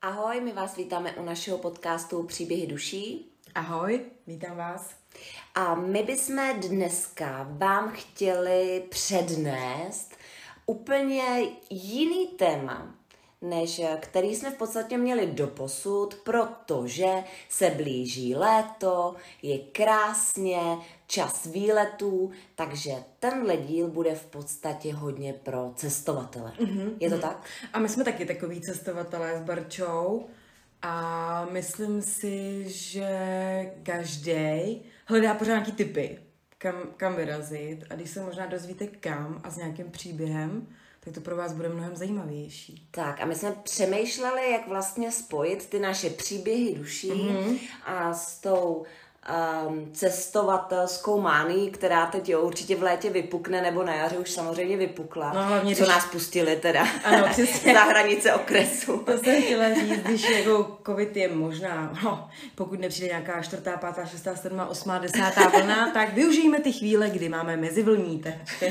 Ahoj, my vás vítáme u našeho podcastu Příběhy duší. Ahoj, vítám vás. A my bychom dneska vám chtěli přednést úplně jiný téma, než který jsme v podstatě měli doposud, protože se blíží léto, je krásně, čas výletů, takže tenhle díl bude v podstatě hodně pro cestovatele. Je to tak? A my jsme taky takový cestovatelé s Barčou a myslím si, že každý hledá pořád nějaký tipy, kam vyrazit, a když se možná dozvíte kam a s nějakým příběhem, tak to pro vás bude mnohem zajímavější. Tak a my jsme přemýšleli, jak vlastně spojit ty naše příběhy duší a s tou cestovatelskou mánií, která teď určitě v létě vypukne, nebo na jaře už samozřejmě vypukla. No, hlavně, co nás pustili teda ano, přesně. za hranice okresu. To jsem chtěla říct, když jako covid je možná, pokud nepřijde nějaká 4., 5., 6., 7., 8., 10. vlna, tak využijeme ty chvíle, kdy máme mezivlní.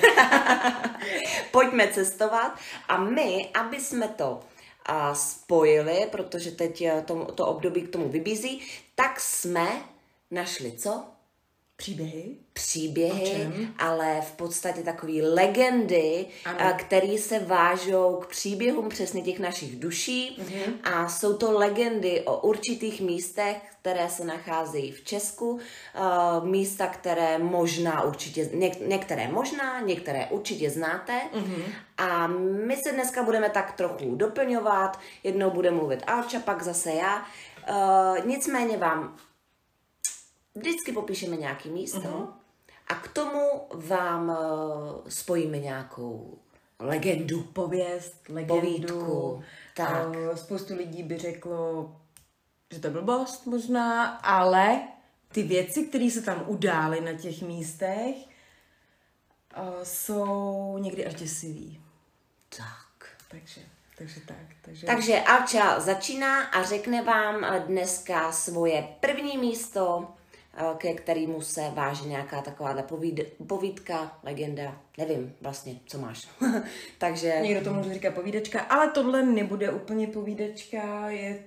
Pojďme cestovat a my, aby jsme to spojili, protože teď to období k tomu vybízí, tak jsme našli co? Příběhy, ale v podstatě takové legendy, které se vážou k příběhům přesně těch našich duší a jsou to legendy o určitých místech, které se nacházejí v Česku, místa, které možná určitě, některé určitě znáte a my se dneska budeme tak trochu doplňovat, jednou bude mluvit Alča, pak zase já, nicméně vám vždycky popíšeme nějaké místo a k tomu vám spojíme nějakou legendu, povídku. Tak. Spoustu lidí by řeklo, že to je blbost možná, ale ty věci, které se tam udály na těch místech, jsou někdy až děsivý. Tak. Takže Alča začíná a řekne vám dneska svoje první místo, ke kterému se váže nějaká takováhle povídka, legenda, nevím vlastně, co máš. Takže... Někdo tomu může říkat povídečka, ale tohle nebude úplně povídečka, je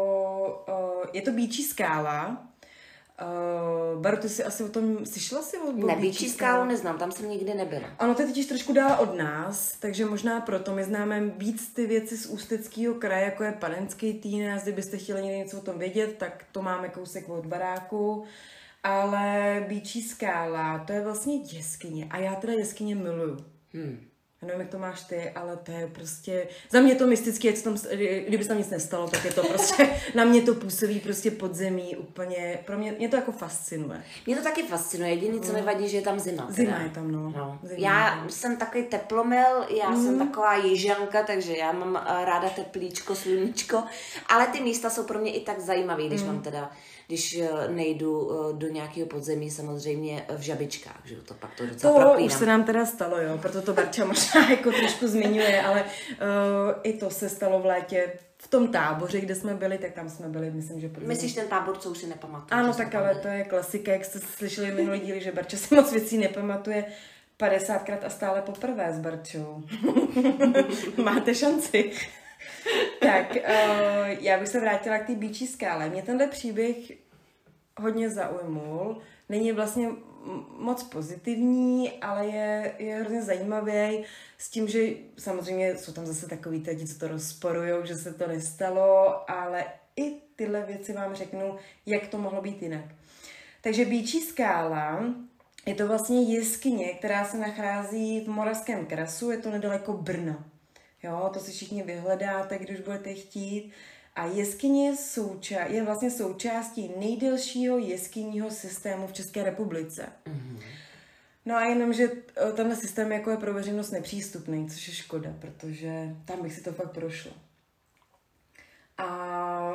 to Býčí skála. Baru, ty jsi asi o tom slyšela si o Ne, Býčí skálu neznám, tam jsem nikdy nebyla. Ano, to je totiž trošku dál od nás, takže možná proto my známe víc ty věci z Ústeckého kraje, jako je Panenský Týnec, kdybyste chtěli někdy něco o tom vědět, tak to máme kousek od baráku, ale Býčí skála, to je vlastně jeskyně a já teda jeskyně miluju. Já nevím, jak to máš ty, ale to je prostě, za mě je to mystické, kdyby se tam nic nestalo, tak je to prostě, na mě to působí prostě podzemí úplně, mě to jako fascinuje. Mě to taky fascinuje, jediné, co mi vadí, že je tam zima. Zima je tam, no. Já jsem takový teplomil, já jsem taková jižanka, takže já mám ráda teplíčko, sluníčko, ale ty místa jsou pro mě i tak zajímavé, když nejdu do nějakého podzemí, samozřejmě v žabičkách, že to pak to docela proklínám. Už se nám teda stalo, jo, proto to Barča možná jako trošku zmiňuje, ale i to se stalo v létě v tom táboře, kde jsme byli, tak tam jsme byli, myslím, že podzemí. Myslíš ten tábor, co už si nepamatuju? Ano, tak ale to je klasika, jak jste slyšeli minulý díl, že Barča si moc věcí nepamatuje 50krát a stále poprvé s Barčou. Máte šanci. Tak, já bych se vrátila k té Býčí skále. Mě tenhle příběh hodně zaujmul. Není vlastně moc pozitivní, ale je hrozně zajímavý s tím, že samozřejmě jsou tam zase takový lidi, co to rozporujou, že se to nestalo, ale i tyhle věci vám řeknu, jak to mohlo být jinak. Takže Býčí skála je to vlastně jeskyně, která se nachází v Moravském krasu, je to nedaleko Brna. Jo, to si všichni vyhledáte, když budete chtít. A jeskyně je vlastně součástí nejdelšího jeskyního systému v České republice. No a jenom, že tenhle systém jako je pro veřejnost nepřístupný, což je škoda, protože tam bych si to fakt prošla. A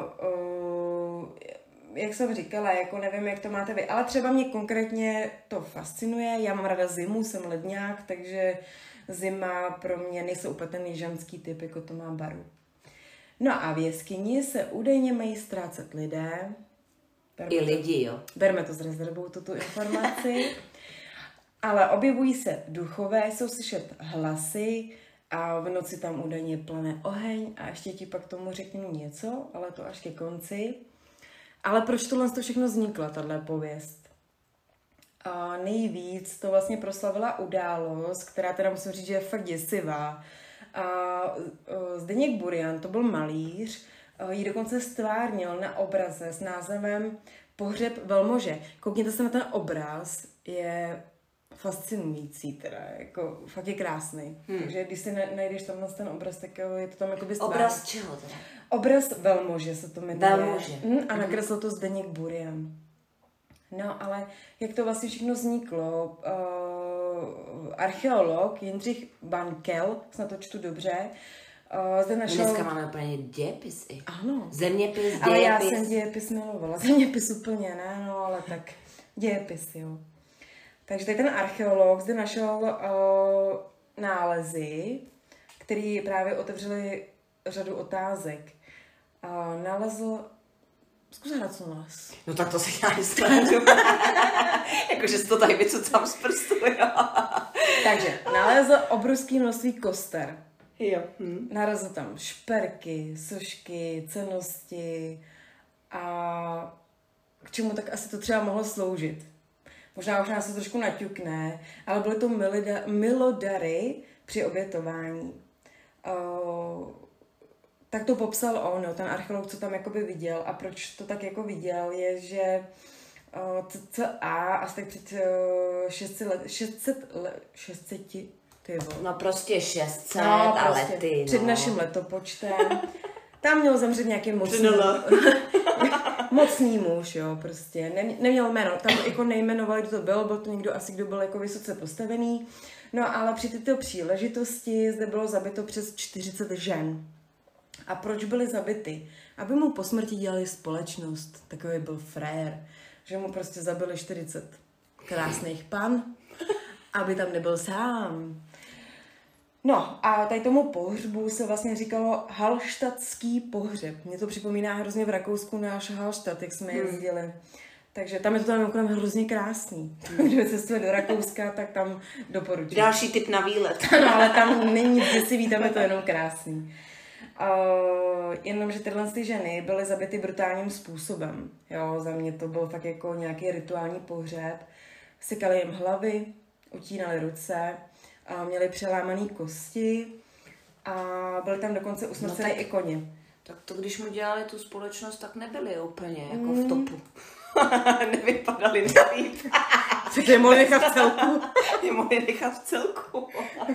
jak jsem říkala, jako nevím, jak to máte vy, ale třeba mě konkrétně to fascinuje. Já mám ráda zimu, jsem ledňák, takže zima pro mě nejsou úplně ten jižanský typ, jako to má Baru. No a v jeskyni se údajně mají ztrácet lidé. I lidi, jo. Berme to s rezervou, tuto informaci. Ale objevují se duchové, jsou slyšet hlasy A v noci tam údajně plane oheň a ještě ti pak tomu řeknu něco, ale to až ke konci. Ale proč tohle všechno vznikla, tahle pověst? A nejvíc to vlastně proslavila událost, která teda musím říct, že je fakt děsivá. A Zdeněk Burian, to byl malíř, ji dokonce stvárnil na obraze s názvem Pohřeb velmože. Koukněte se na ten obraz, je fascinující teda, jako fakt je krásný. Takže když si najdeš tam ten obraz, tak je to tam jakoby stvárně. Obraz čeho teda? Obraz velmože se to jmenuje. Velmože. A nakreslil to Zdeněk Burian. No, ale jak to vlastně všechno vzniklo? Archeolog Jindřich Bankel, snad to čtu dobře, zde našel... Dneska máme úplně dějepisy. Ano. Zeměpis, dějepis. Ale já jsem dějepis milovala. Zeměpis úplně ne, no, ale tak dějepis, jo. Takže tady ten archeolog zde našel nálezy, které právě otevřely řadu otázek. Nalezl... Zkus hrát co nás. No tak to si já nesledu. Jakože si to tady vycucám z prstu, jo. Takže nalezl obrovské množství koster. Jo. Narazil tam šperky, sošky, cennosti a k čemu tak asi to třeba mohlo sloužit. Možná už nás to trošku naťukne, ale byly to milodary při obětování. Tak to popsal on, ten archeolog, co tam jakoby viděl a proč to tak jako viděl, je, že cca asi tak před 600 No prostě 600 a lety, před naším letopočtem. Tam měl zemřít nějaký mocný muž, jo, prostě. Neměl jméno, tam jako nejmenovali, kdo to byl to někdo asi, kdo byl jako vysoce postavený. No ale při této příležitosti zde bylo zabito přes 40 žen. A proč byly zabity? Aby mu po smrti dělali společnost. Takový byl frér, že mu prostě zabili 40 krásných pan, aby tam nebyl sám. No a tady tomu pohřbu se vlastně říkalo halštatský pohřeb. Mně to připomíná hrozně v Rakousku náš Hallstatt, jak jsme jezdili. Takže tam je to tam hrozně krásný. Když cestuje do Rakouska, tak tam doporučuji. Další tip na výlet. No, ale tam není nic děsivý, tam je to jenom krásný. Jenomže tyhle ženy byly zabity brutálním způsobem. Jo, za mě to byl fakt jako nějaký rituální pohřeb. Sekali jim hlavy, utínali ruce, měli přelámané kosti a byly tam dokonce usmrcené i koně. Tak to, když mu dělali tu společnost, tak nebyli úplně jako v topu. Nevypadali nejlíp. Co je mohli nechat v celku? Je mohli nechat v celku.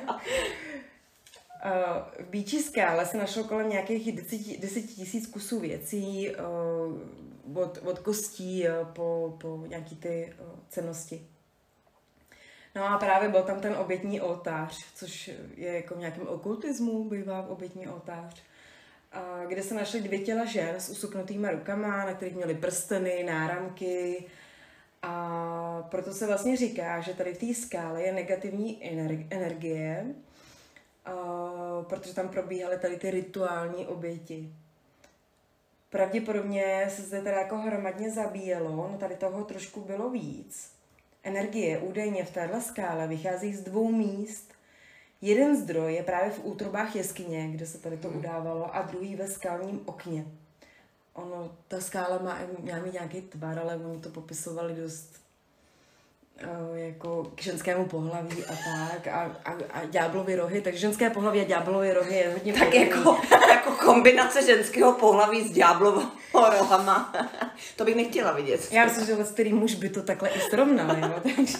V Býčí skále se našlo kolem nějakých 10 000 kusů věcí, od kostí po nějaký ty cennosti. No a právě byl tam ten obětní oltář, což je jako v nějakém okultismu, bývá obětní oltář, kde se našly 2 těla žen s usuknutýma rukama, na kterých měly prsteny, náramky. A proto se vlastně říká, že tady v té skále je negativní energie, protože tam probíhaly tady ty rituální oběti. Pravděpodobně se zde teda jako hromadně zabíjelo, no tady toho trošku bylo víc. Energie údajně v téhle skále vychází z 2 míst. Jeden zdroj je právě v útrobách jeskyně, kde se tady to udávalo, a druhý ve skalním okně. Ono, ta skála měla mít nějaký tvar, ale oni to popisovali dost jako k ženskému pohlaví a tak a ďáblovy rohy, takže ženské pohlaví a ďáblovy rohy je hodně tak jako kombinace ženského pohlaví s ďáblovou rohama. To bych nechtěla vidět. Já myslím, že který muž by to takhle i srovnal, jo, takže...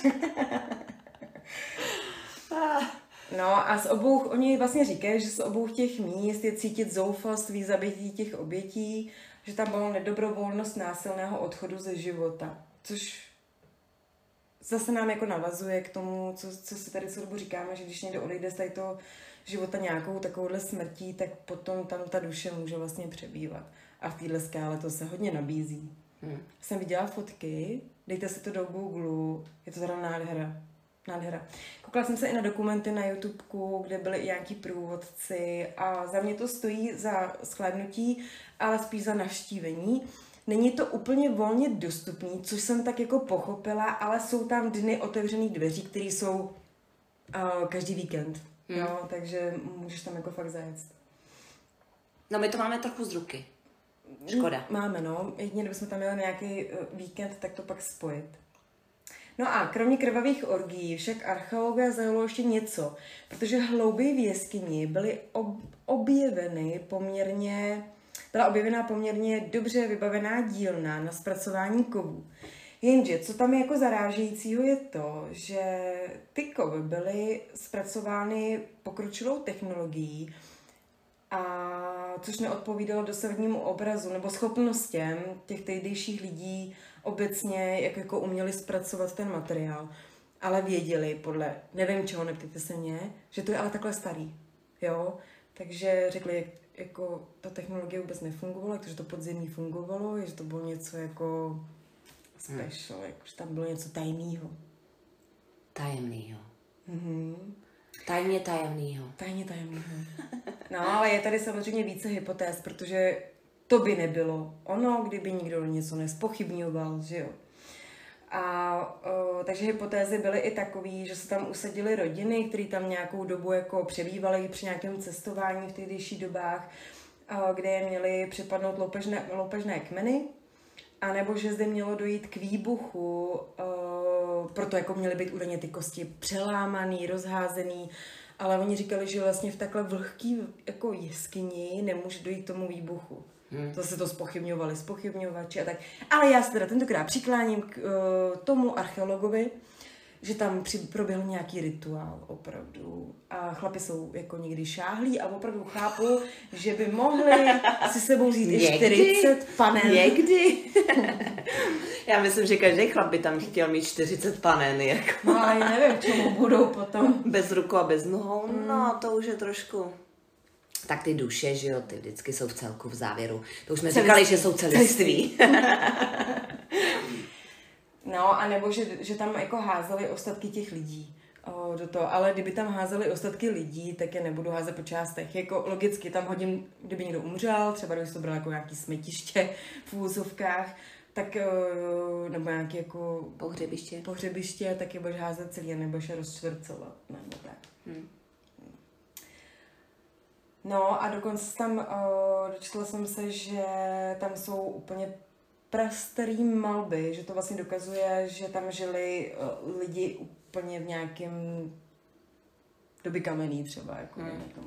No a oni vlastně říkají, že z obou těch míst je cítit zoufalství zabití těch obětí, že tam byla nedobrovolnost násilného odchodu ze života, což zase nám jako navazuje k tomu, co si tady celou dobu říkáme, že když někdo odejde z tady toho života nějakou takovouhle smrtí, tak potom tam ta duše může vlastně přebývat. A v téhle skále to se hodně nabízí. Jsem viděla fotky, dejte si to do Google, je to teda nádhera. Koukala jsem se i na dokumenty na YouTubeku, kde byly i nějaký průvodci a za mě to stojí za shlédnutí, ale spíš za navštívení. Není to úplně volně dostupný, což jsem tak jako pochopila, ale jsou tam dny otevřených dveří, které jsou každý víkend. Jo, takže můžeš tam jako fakt zajet. No my to máme trochu z ruky. Škoda. Máme, no. Jedině, kdybychom tam měli nějaký víkend, tak to pak spojit. No a kromě krvavých orgií však archeologové zaujalo ještě něco, protože hlouběji v jeskyni byla objevená poměrně dobře vybavená dílna na zpracování kovů. Jenže, co tam je jako zarážejícího, je to, že ty kovy byly zpracovány pokročilou technologií, což neodpovídalo dosavadnímu obrazu nebo schopnostem těch tehdejších lidí obecně, jak jako uměli zpracovat ten materiál. Ale věděli podle, nevím čeho, neptejte se mě, že to je ale takhle starý. Jo? Takže řekli, jako ta technologie vůbec nefungovala, takže to podzemí fungovalo, že to bylo něco jako special, že tam bylo něco tajného. Tajemného. Mhm. Tajně tajemného. Tajně tajemného. No, ale je tady samozřejmě více hypotéz, protože to by nebylo ono, kdyby nikdo něco nespochybňoval, že jo. Takže hypotézy byly i takový, že se tam usadily rodiny, které tam nějakou dobu jako přebývaly při nějakém cestování v tehdejších dobách, kde je měly připadnout loupežné kmeny, anebo že zde mělo dojít k výbuchu, proto jako měly být údajně ty kosti přelámaný, rozházený, ale oni říkali, že vlastně v takhle vlhký jako jeskyni nemůže dojít k tomu výbuchu. Zase to zpochybňovači a tak. Ale já se teda tentokrát přikláním k tomu archeologovi, že tam proběhl nějaký rituál opravdu. A chlapi jsou jako někdy šáhlí a opravdu chápu, že by mohli si sebou vzít i 40 panen. Někdy. Já myslím, že každý chlap by tam chtěl mít 40 panen. Jako. No ale já nevím, čemu budou potom. Bez rukou a bez nohou, no to už je trošku... Tak ty duše, že jo, ty vždycky jsou v celku v závěru. To už jsme říkali, že jsou celiství. No, a nebo že tam jako házeli ostatky těch lidí do toho. Ale kdyby tam házeli ostatky lidí, tak je nebudu házet po částech. Jako logicky tam hodím, kdyby někdo umřel, třeba kdyby to bylo jako nějaký smetiště v úzovkách, tak nebo nějaký jako pohřebiště, tak je budeš házet celý a nebudeš je rozčtvrcovat. Nebo tak. No a dokonce tam dočetla jsem se, že tam jsou úplně prastarý malby, že to vlastně dokazuje, že tam žili lidi úplně v nějakém době kamenný třeba. Jako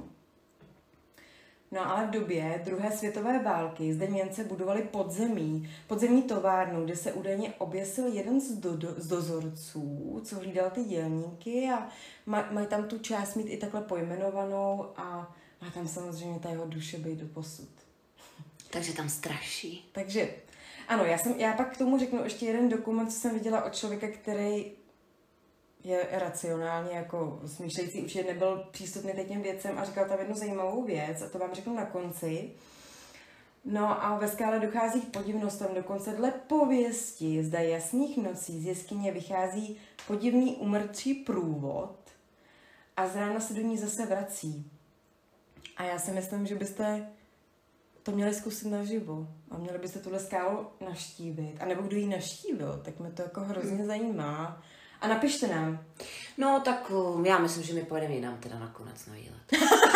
No ale v době druhé světové války zde Němci budovali podzemní továrnu, kde se údajně oběsil jeden z dozorců, co hlídal ty dělníky a mají tam tu část mít i takhle pojmenovanou a má tam samozřejmě ta jeho duše být doposud. Takže tam straší. Takže, ano, já pak k tomu řeknu ještě jeden dokument, co jsem viděla od člověka, který je racionálně jako smýšlející, určitě nebyl přístupný těm věcem a říkal tam jednu zajímavou věc a to vám řeknu na konci. No a ve skále dochází k podivnostem, dokonce dle pověsti, zda jasných nocí z jeskyně vychází podivný umrtří průvod a z rána se do ní zase vrací. A já si myslím, že byste to měli zkusit naživo a měli byste tuhle skálu navštívit. A nebo kdo ji navštívil, tak mě to jako hrozně zajímá. A napište nám. No tak já myslím, že my pojedeme jinam teda nakonec na výlet.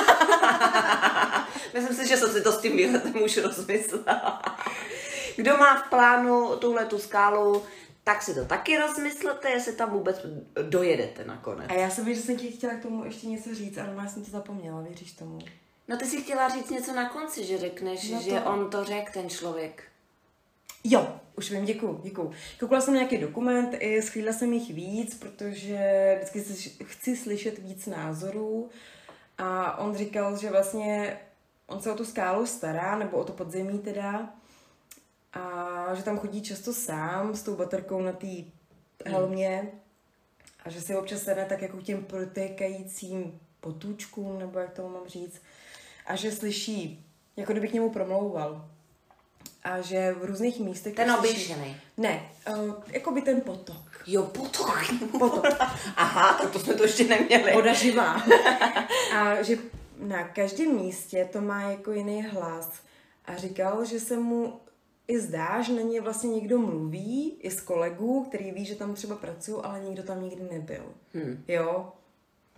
Myslím si, že jsem si to s tím výletem už rozmyslela. Kdo má v plánu tuhletu skálu, tak si to taky rozmyslete, jestli tam vůbec dojedete nakonec. A já jsem že jsem ti chtěla k tomu ještě něco říct, ale já jsem to zapomněla, věříš tomu? No ty si chtěla říct něco na konci, že řekneš, no to... že on to řekl, ten člověk. Jo, už vím, děkuju. Koukala jsem nějaký dokument, i schlídla jsem jich víc, protože vždycky chci slyšet víc názorů a on říkal, že vlastně on se o tu skálu stará, nebo o to podzemí teda, a že tam chodí často sám s tou baterkou na té helmě a že si občas sedne tak jako k těm protékajícím potůčkům, nebo jak to mám říct, a že slyší, jako kdyby k němu promlouval. A že v různých místech... Ten oběšený. Ne, jako by ten potok. Jo, potok. Aha, tak to jsme to ještě neměli. Voda živá. A že na každém místě to má jako jiný hlas. A říkal, že se mu i zdá, že na něj vlastně někdo mluví, i z kolegů, který ví, že tam třeba pracují, ale nikdo tam nikdy nebyl. Jo.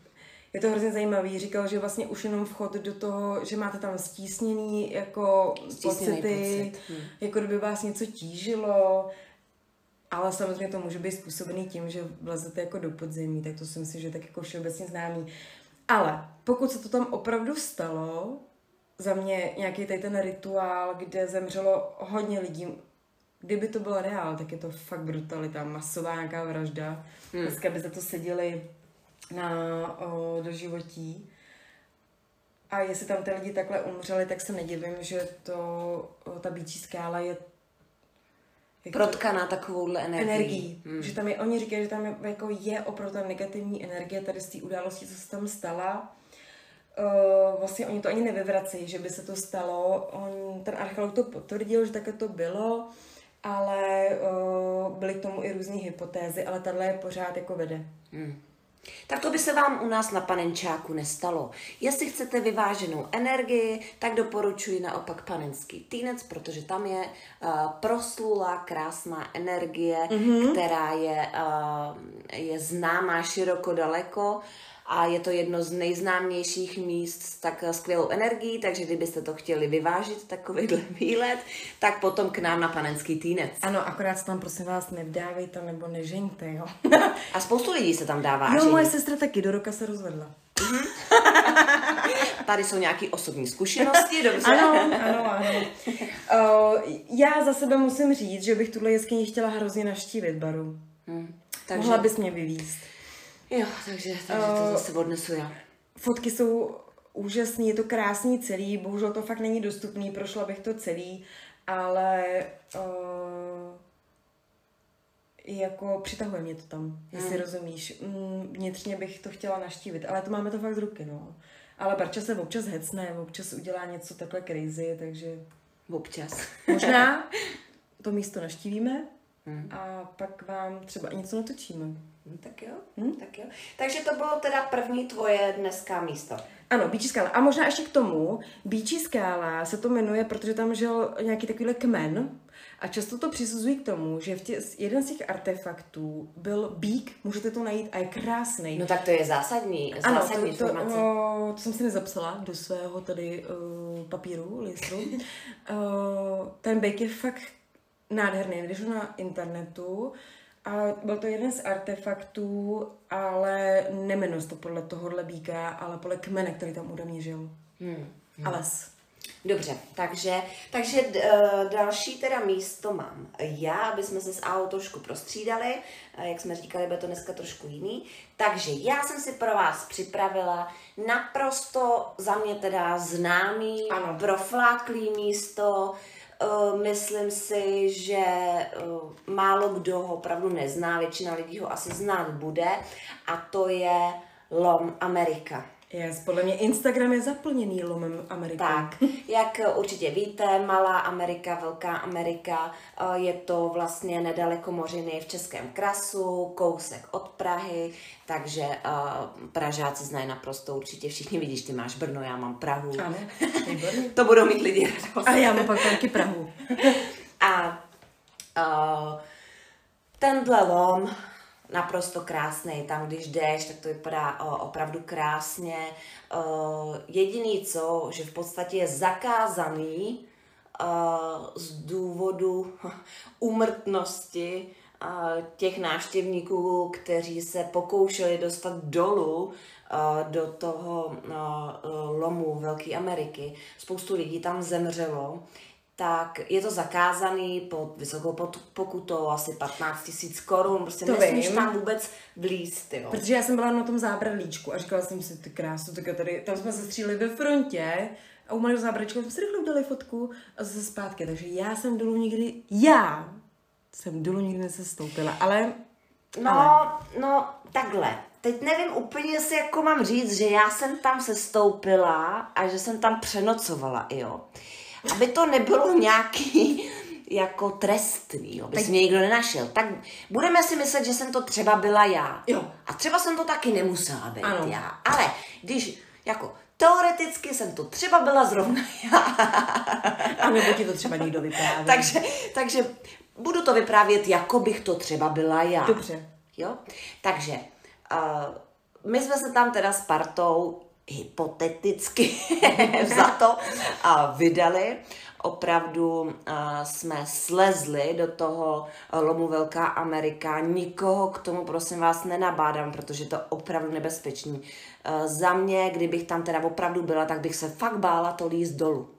je to hrozně zajímavý. Říkal, že vlastně už jenom vchod do toho, že máte tam stísněný jako pocity, jako kdyby vás něco tížilo, ale samozřejmě to může být způsobený tím, že vlezete jako do podzemí, tak to si myslím, že je tak jako všeobecně známý. Ale pokud se to tam opravdu stalo, za mě nějaký tady ten rituál, kde zemřelo hodně lidí, kdyby to bylo reál, tak je to fakt brutalita, masová nějaká vražda. Dneska by za to seděli na doživotí. A jestli tam ty lidi takhle umřeli, tak se nedivím, že ta Býčí skála je protkaná takovouhle energií. Že tam je, oni říkají, že tam je opravdu ta negativní energie tady z té události, co se tam stala. Vlastně oni to ani nevyvracejí, že by se to stalo. Ten archeolog to potvrdil, že také to bylo, ale byly k tomu i různé hypotézy, ale tahle je pořád jako vede. Tak to by se vám u nás na Panenčáku nestalo. Jestli chcete vyváženou energii, tak doporučuji naopak Panenský Týnec, protože tam je proslulá, krásná energie, která je známá široko daleko a je to jedno z nejznámějších míst s tak skvělou energií, takže kdybyste to chtěli vyvážit, takovýhle výlet, tak potom k nám na Panenský Týnec. Ano, akorát se tam prosím vás nevdávejte nebo nežeňte, jo. A spoustu lidí se tam dává. Jo, moje sestra taky do roka se rozvedla. Tady jsou nějaké osobní zkušenosti, dobře? Ano. Já za sebe musím říct, že bych tuhle jeskyni chtěla hrozně navštívit, Baru. Takže... Mohla bys mě vyvízt. Jo, takže to zase odnesu já. Fotky jsou úžasný, je to krásný celý, bohužel to fakt není dostupný, prošla bych to celý, ale jako přitahuje mě to tam, jestli rozumíš. Vnitřně bych to chtěla navštívit, ale to máme to fakt z ruky, no. Ale Barča se občas hecne, občas udělá něco takhle crazy, takže... Občas. Možná to místo navštívíme a pak vám třeba něco natočíme. Tak jo. Takže to bylo teda první tvoje dneska místo. Ano, Býčí skála. A možná ještě k tomu, Býčí skála se to jmenuje, protože tam žil nějaký takovýhle kmen a často to přisuzují k tomu, že jeden z těch artefaktů byl býk, můžete to najít a je krásný. No tak to je zásadní informace. To jsem si nezapsala do svého tady papíru, listu. Ten býk je fakt nádherný, když na internetu. A byl to jeden z artefaktů, ale nemenuje to podle tohohle býka, ale podle kmene, který tam údajně žil. A les. Dobře, takže další teda místo mám já, aby jsme se s Ahou trošku prostřídali, jak jsme říkali, bude to dneska trošku jiný. Takže já jsem si pro vás připravila naprosto za mě teda známý, profláklý místo. Myslím si, že málo kdo ho opravdu nezná, většina lidí ho asi znát bude a to je Lom Amerika. Podle mě Instagram je zaplněný Lomem Ameriky. Tak, jak určitě víte, Malá Amerika, Velká Amerika, je to vlastně nedaleko Mořiny v Českém Krasu, kousek od Prahy, takže Pražáci znají naprosto určitě všichni, vidíš, ty máš Brno, já mám Prahu. Ano, výborně. To budou mít lidi radost. A já mám pak taky Prahu. A tenhle lom, naprosto krásný, tam když jdeš, tak to vypadá opravdu krásně. Jediný co, že v podstatě je zakázaný z důvodu úmrtnosti těch návštěvníků, kteří se pokoušeli dostat dolů do toho lomu Velké Ameriky. Spoustu lidí tam zemřelo. Tak je to zakázaný pod vysokou pokutou, asi 15 000 korun, prostě to nesmíš tam vůbec vlízt, jo. Protože já jsem byla na tom zábradlíčku a říkala jsem si, ty krásu, tady, tam jsme se stříleli ve frontě a u malého zábradlíčku jsme si rychle udělali fotku a zase zpátky, takže já jsem dolů nikdy nesestoupila, ale... No, takhle. Teď nevím úplně, jestli jako mám říct, že já jsem tam sestoupila a že jsem tam přenocovala, jo. Aby to nebylo nějaký jako trestný, jo, by si mě nikdo nenašel. Tak budeme si myslet, že jsem to třeba byla já. Jo. A třeba jsem to taky nemusela být já. Ale když jako teoreticky jsem to třeba byla zrovna já. A nebo ti to třeba někdo vypráví. takže budu to vyprávět, jako bych to třeba byla já. Dobře. Jo? Takže my jsme se tam teda s partou hypoteticky vzato a vydali. Opravdu jsme slezli do toho lomu Velká Amerika. Nikoho k tomu, prosím vás, nenabádám, protože to je opravdu nebezpečný. Za mě, kdybych tam teda opravdu byla, tak bych se fakt bála to líst dolů.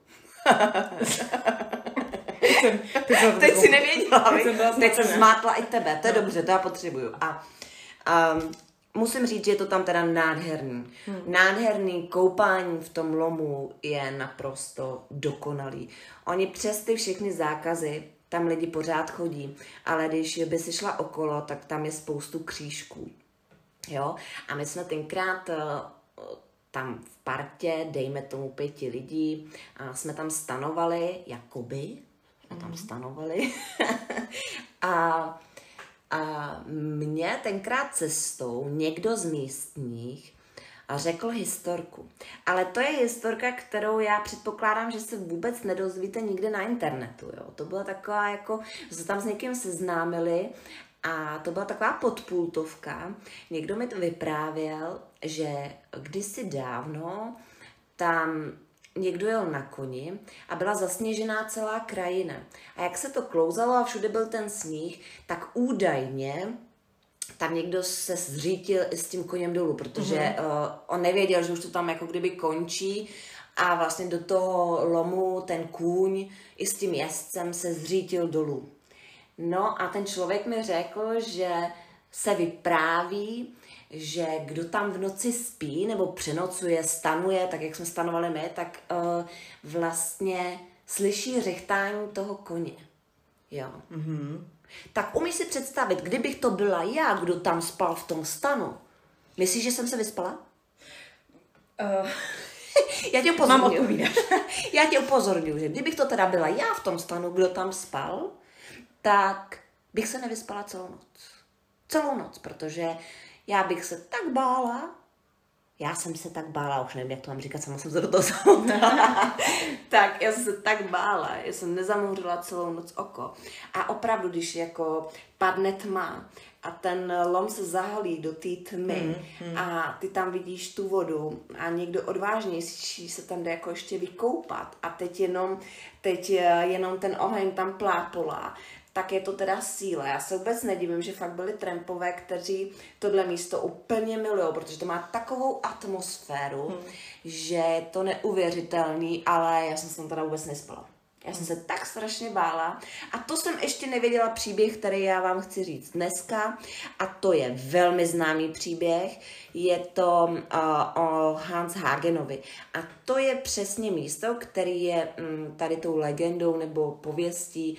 Teď si nevěděla, teď jsem zmátla i tebe, to je dobře, to já potřebuju. A musím říct, že je to tam teda nádherný. Nádherný koupání v tom lomu je naprosto dokonalý. Oni přes ty všechny zákazy, tam lidi pořád chodí, ale když by si šla okolo, tak tam je spoustu křížků. Jo? A my jsme tenkrát tam v partě, dejme tomu 5 lidí, a jsme tam stanovali, jakoby, tam stanovali. a mě tenkrát cestou někdo z místních řekl historku. Ale to je historka, kterou já předpokládám, že se vůbec nedozvíte nikde na internetu. Jo? To byla taková, jako, že se tam s někým seznámili a to byla taková podpultovka. Někdo mi to vyprávěl, že kdysi dávno tam někdo jel na koni a byla zasněžená celá krajina. A jak se to klouzalo a všude byl ten sníh, tak údajně tam někdo se zřítil i s tím koněm dolů, protože on nevěděl, že už to tam jako kdyby končí a vlastně do toho lomu ten kůň i s tím jezdcem se zřítil dolů. No a ten člověk mi řekl, že se vypráví, že kdo tam v noci spí nebo přenocuje, stanuje, tak jak jsme stanovali my, tak vlastně slyší řechtání toho koně. Jo. Tak umíš si představit, kdybych to byla já, kdo tam spal v tom stanu. Myslíš, že jsem se vyspala? Já tě upozorňuji. Já tě upozorňuji, že kdybych to teda byla já v tom stanu, kdo tam spal, tak bych se nevyspala celou noc. Celou noc, protože já bych se tak bála, já jsem se tak bála, už nevím, jak to mám říkat, sama jsem se do toho samotná. Tak já jsem se tak bála, já jsem nezamouřila celou noc oko. A opravdu, když jako padne tma a ten lom se zahalí do té tmy a ty tam vidíš tu vodu a někdo odvážnější se tam jde jako ještě vykoupat a teď jenom ten oheň tam plápolá, tak je to teda síla. Já se vůbec nedivím, že fakt byli trampové, kteří tohle místo úplně milujou, protože to má takovou atmosféru, že je to neuvěřitelný, ale já jsem se tam teda vůbec nespala. Já jsem se tak strašně bála a to jsem ještě nevěděla příběh, který já vám chci říct dneska a to je velmi známý příběh, je to o Hans Hagenovi a to je přesně místo, který je tady tou legendou nebo pověstí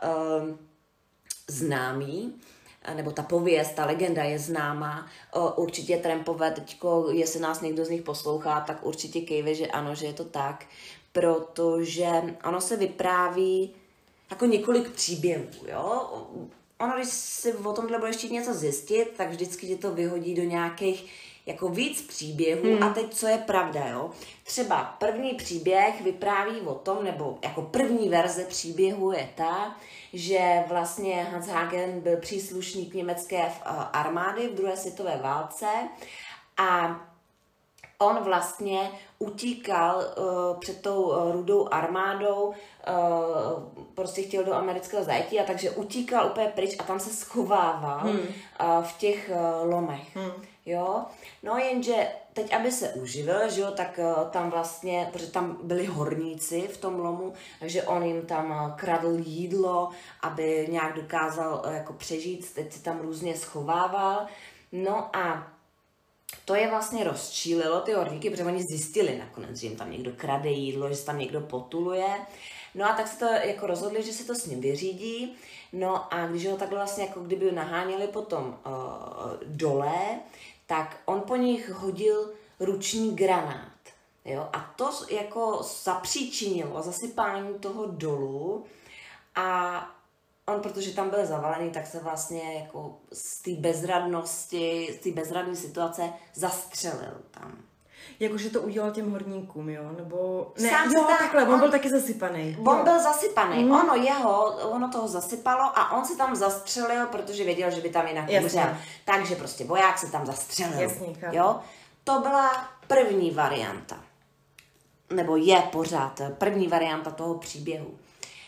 známý, nebo ta pověst, ta legenda je známá. Určitě trampové, teďko, jestli nás někdo z nich poslouchá, tak určitě kejve, že ano, že je to tak, protože ono se vypráví jako několik příběhů, jo. Ono, když si o tomhle budeš chtít něco zjistit, tak vždycky tě to vyhodí do nějakých jako víc příběhů a teď co je pravda, jo. Třeba první příběh vypráví o tom, nebo jako první verze příběhu je ta, že vlastně Hans Hagen byl příslušník německé armády v druhé světové válce a on vlastně utíkal před tou rudou armádou, prostě chtěl do amerického zajetí a takže utíkal úplně pryč a tam se schovával v těch lomech. Jo? No jenže teď, aby se uživil, že jo, tak tam vlastně, protože tam byli horníci v tom lomu, takže on jim tam kradl jídlo, aby nějak dokázal jako přežít, teď si tam různě schovával. No a to je vlastně rozčílilo ty horníky, protože oni zjistili nakonec, že jim tam někdo krade jídlo, že se tam někdo potuluje. No a tak se to jako rozhodli, že si to s ním vyřídí. No a když ho takhle vlastně jako kdyby naháněli potom dole, tak on po nich hodil ruční granát. Jo? A to jako zapříčinilo zasypání toho dolu a on, protože tam byl zavalený, tak se vlastně jako z té bezradnosti, z té bezradné situace zastřelil tam. Jakože to udělal těm horníkům, jo? Nebo... Ne, Sám jo, takhle, on byl taky zasypaný. On byl zasypaný, ono toho zasypalo a on se tam zastřelil, protože věděl, že by tam jinak umřel. Takže prostě voják se tam zastřelil. Jasně, jo? To byla první varianta. Nebo je pořád první varianta toho příběhu.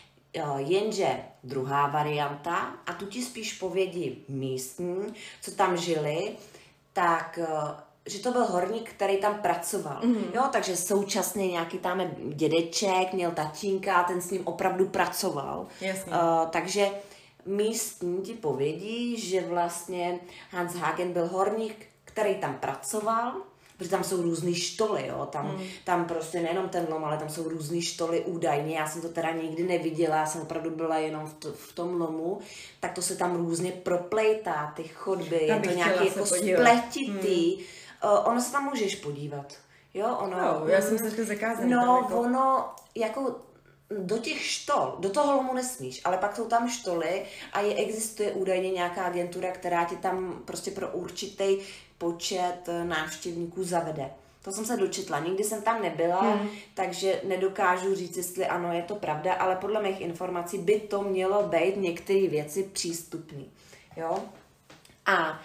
Jenže druhá varianta, a tu ti spíš povědí místní, co tam žili, tak... že to byl horník, který tam pracoval. Jo, takže současně nějaký tam dědeček, měl tatínka, ten s ním opravdu pracoval. Takže místní ti povědí, že vlastně Hans Hagen byl horník, který tam pracoval, protože tam jsou různý štoly, jo, tam prostě nejenom ten lom, ale tam jsou různý štoly údajně, já jsem to teda nikdy neviděla, já jsem opravdu byla jenom v tom lomu, tak to se tam různě proplejtá, ty chodby, je to nějaký jako spletitý. Ono se tam můžeš podívat, jo, ono... já jsem se zakázaný. No, ono, jako do těch štol, do toho lomu nesmíš, ale pak jsou tam štoly a existuje údajně nějaká agentura, která ti tam prostě pro určitý počet návštěvníků zavede. To jsem se dočetla, nikdy jsem tam nebyla, takže nedokážu říct, jestli ano, je to pravda, ale podle mých informací by to mělo být některé věci přístupné, jo. A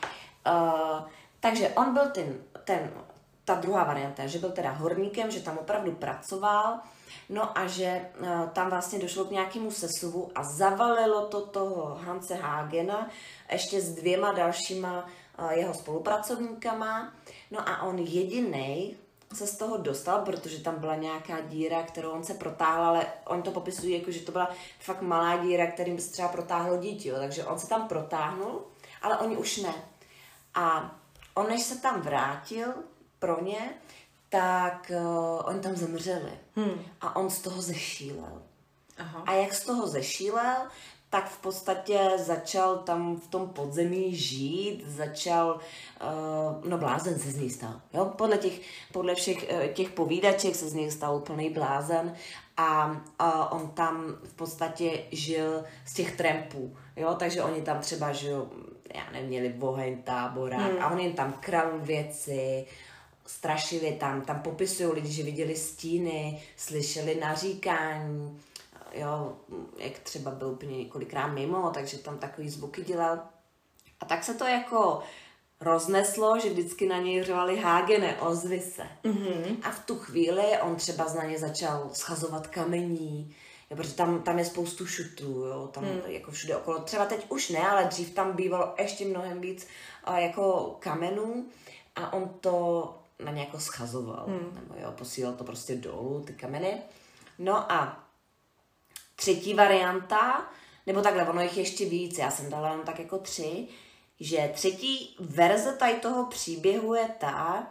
takže on byl ta druhá varianta, že byl teda horníkem, že tam opravdu pracoval, no a že tam vlastně došlo k nějakému sesuvu a zavalilo to toho Hanse Hagena ještě s 2 dalšíma jeho spolupracovníkama, no a on jedinej se z toho dostal, protože tam byla nějaká díra, kterou on se protáhl, ale oni to popisují jako, že to byla fakt malá díra, kterým by se třeba protáhlo dítě, jo, takže on se tam protáhnul, ale oni už ne. A on, než se tam vrátil pro ně, tak oni tam zemřeli. A on z toho zešílel. Aha. A jak z toho zešílel, tak v podstatě začal tam v tom podzemí žít, blázen se z něj stal. Jo? Podle všech těch povídaček se z něj stal úplný blázen a on tam v podstatě žil z těch trampů. Jo? Takže oni tam třeba žil, já nevím, měli oheň, táborák a on jim tam kradl věci, strašivě tam popisují lidi, že viděli stíny, slyšeli naříkání, jo, jak třeba byl úplně několikrát mimo, takže tam takový zvuky dělal. A tak se to jako rozneslo, že vždycky na něj řvali Hagene, ozvi se. A v tu chvíli on třeba na ně začal schazovat kamení, jo, protože tam je spoustu šutů, jo, tam jako všude okolo. Třeba teď už ne, ale dřív tam bývalo ještě mnohem víc jako kamenů a on to na ně jako schazoval, nebo jo, posílal to prostě dolů, ty kameny. No a třetí varianta, nebo takhle, ono jich ještě víc, já jsem dala jenom tak jako 3, že třetí verze tady toho příběhu je ta,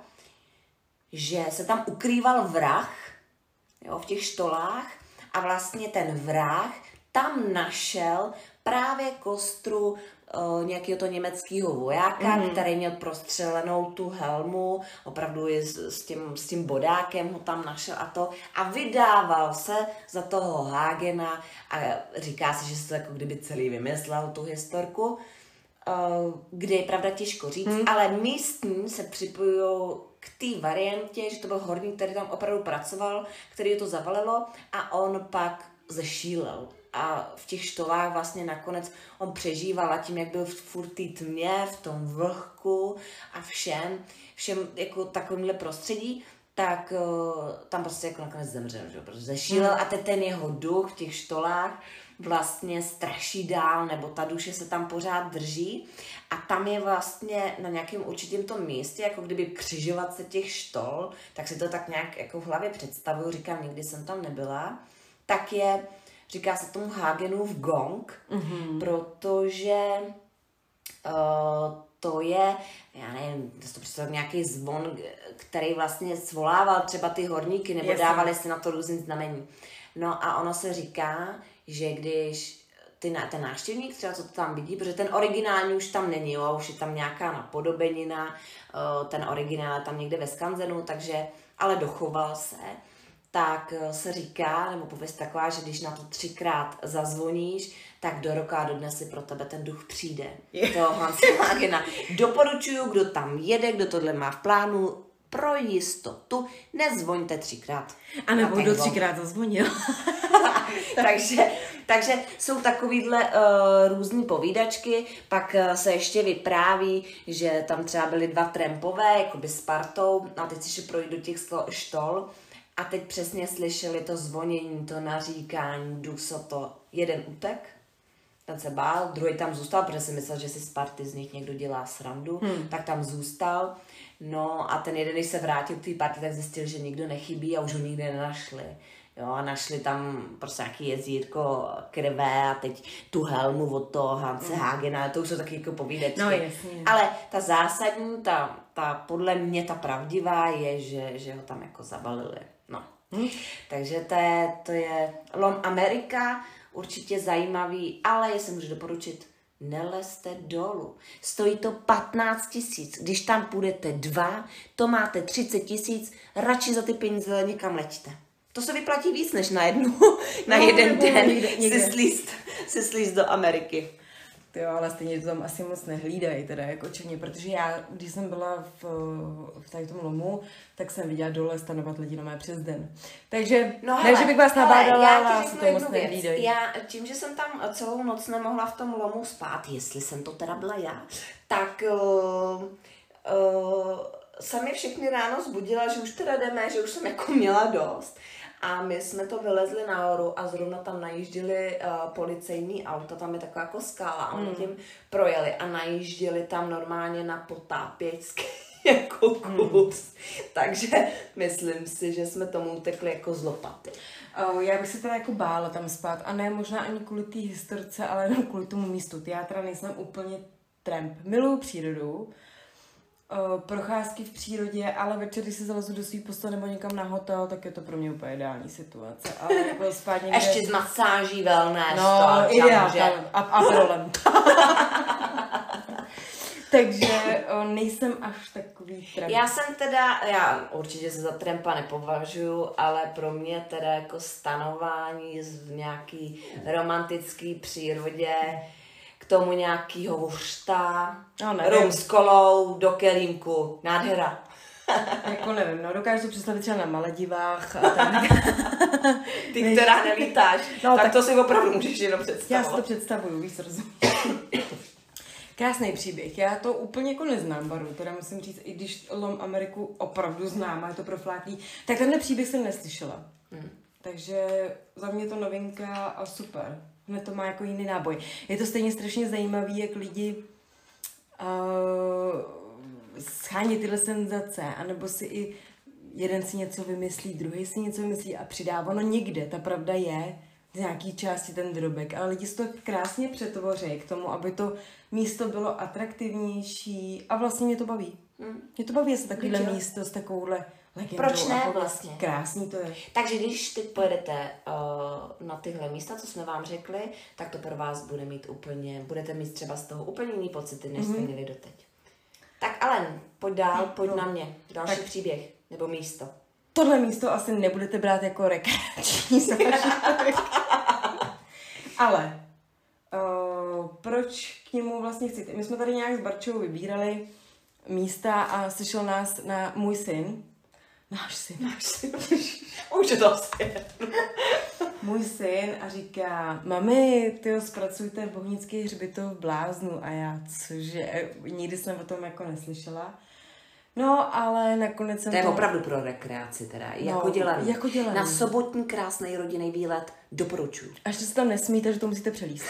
že se tam ukrýval vrah, jo, v těch štolách a vlastně ten vrah tam našel právě kostru nějakého to německého vojáka, který měl prostřelenou tu helmu, opravdu je s tím bodákem ho tam našel a vydával se za toho Hagena a říká se, že se to jako kdyby celý vymyslel tu historku, kde je pravda těžko říct, ale místní se připojují k té variantě, že to byl horník, který tam opravdu pracoval, který to zavalilo a on pak zešílel. A v těch štolách vlastně nakonec on přežíval a tím, jak byl furt té tmě, v tom vlhku a všem jako takovýmhle prostředí, tak tam prostě jako nakonec zemřel, že? Protože zešílel a ten jeho duch v těch štolách vlastně straší dál, nebo ta duše se tam pořád drží a tam je vlastně na nějakém určitém tom místě, jako kdyby křižovatce těch štol, tak si to tak nějak jako v hlavě představuju, říkám, nikdy jsem tam nebyla, tak je, říká se tomu Hagenův gong, protože to je, já nevím, to představit nějaký zvon, který vlastně svolával třeba ty horníky, nebo dávali si na to různý znamení. No a ono se říká, že když ten návštěvník třeba co to tam vidí, protože ten originální už tam není, jo, už je tam nějaká napodobenina, ten originál je tam někde ve skanzenu, takže, ale dochoval se, tak se říká, nebo pověst taková, že když na to 3krát zazvoníš, tak do roka a do dne si pro tebe ten duch přijde. Toho Hanse Hagena. Doporučuju, kdo tam jede, kdo tohle má v plánu, pro jistotu nezvoňte 3krát. A nebo kdo 3krát zazvonil. takže jsou takovýhle různý povídačky, pak se ještě vypráví, že tam třeba byly 2 trampové, jakoby s partou, a teď si šli projít do těch štol a teď přesně slyšeli to zvonění, to naříkání, dusoto. Jeden utek, ten se bál, druhý tam zůstal, protože si myslel, že si z party z nich někdo dělá srandu, tak tam zůstal. No a ten jeden, když se vrátil k té party, tak zjistil, že nikdo nechybí a už ho nikde nenašli. Jo, a našli tam prostě nějaký jezírko krve a teď tu helmu od toho Hanse Hagena, to už jsou taky jako povídečky. No, jasně. Ale ta zásadní, ta podle mě ta pravdivá je, že ho tam jako zabalili. No. Takže to je Lom Amerika, určitě zajímavý, ale jestli můžu doporučit, nelezte dolů. Stojí to 15 000. Když tam půjdete 2, to máte 30 000, radši za ty peníze někam leďte. To se vyplatí víc než na jeden den si slíst do Ameriky. Jo, ale stejně to tam asi moc nehlídají, teda jako černě, protože já, když jsem byla v tady tom lomu, tak jsem viděla dole stanovat lidi na mé přes den. Takže, ne, že bych vás nabádala, ale asi to moc nehlídají. Já tím, že jsem tam celou noc nemohla v tom lomu spát, jestli jsem to teda byla já, tak se mi všechny ráno zbudila, že už teda jdeme, že už jsem jako měla dost. A my jsme to vylezli nahoru a zrovna tam najížděli policejní auta, tam je taková jako skála a oni tím projeli a najížděli tam normálně na potápěčský jako kus. Takže myslím si, že jsme tomu utekli jako z lopaty. Já bych se teda jako bála tam spát a ne možná ani kvůli té historce, ale jenom kvůli tomu místu. Já teda nejsem úplně tramp. Miluju přírodu, procházky v přírodě, ale večer, když se zalezu do svý postele nebo někam na hotel, tak je to pro mě úplně ideální situace. Ale jako spát někde... Ještě s masáží, wellness. No, ideál, a aperolem. Takže nejsem až takový tramp. Já určitě se za trampa nepovažuji, ale pro mě teda jako stanování v nějaký romantický přírodě, k tomu nějakýho huřta, rum s kolou, do kelímku, nádhera. Jako nevím, no dokážu to představit třeba na Maledivách. Ty, která nelítáš, no, tak to si opravdu můžeš jenom představit. Já si to představuju, víc rozumím. Krásný příběh, já to úplně jako neznám, Baru, teda musím říct, i když Lom Ameriku opravdu znám a je to profláklý, tak tenhle příběh jsem neslyšela. Takže za mě to novinka a super. Hned to má jako jiný náboj. Je to stejně strašně zajímavý, jak lidi schání tyhle senzace, anebo si i jeden si něco vymyslí, druhý si něco vymyslí a přidá. Ono někde, ta pravda je z nějaký části ten drobek, ale lidi si to krásně přetvoří k tomu, aby to místo bylo atraktivnější a vlastně mě to baví. Mě to baví, jestli takovýhle místo s takovouhle legendou. Proč ne vlastně? Krásný to je. Takže když teď pojedete na tyhle místa, co jsme vám řekli, tak to pro vás budete mít třeba z toho úplně jiný pocity, než jste měli doteď. Tak Alen, pojď dál, pojď na mě. Další příběh, nebo místo. Tohle místo asi nebudete brát jako rekreační zážitek. Ale proč k němu vlastně chcete? My jsme tady nějak s Barčou vybírali místa a slyšel nás můj syn. Náš syn. Už je to asi. Můj syn a říká, mami, tyjo, zpracujte bohnický hřbitov v Bláznu. A já, cože, nikdy jsem o tom jako neslyšela. No, ale nakonec jsem to je opravdu pro rekreaci teda, jako dělaný. Na sobotní krásný rodinný výlet doporučuji. Až to se tam nesmíte, že to musíte přelíst.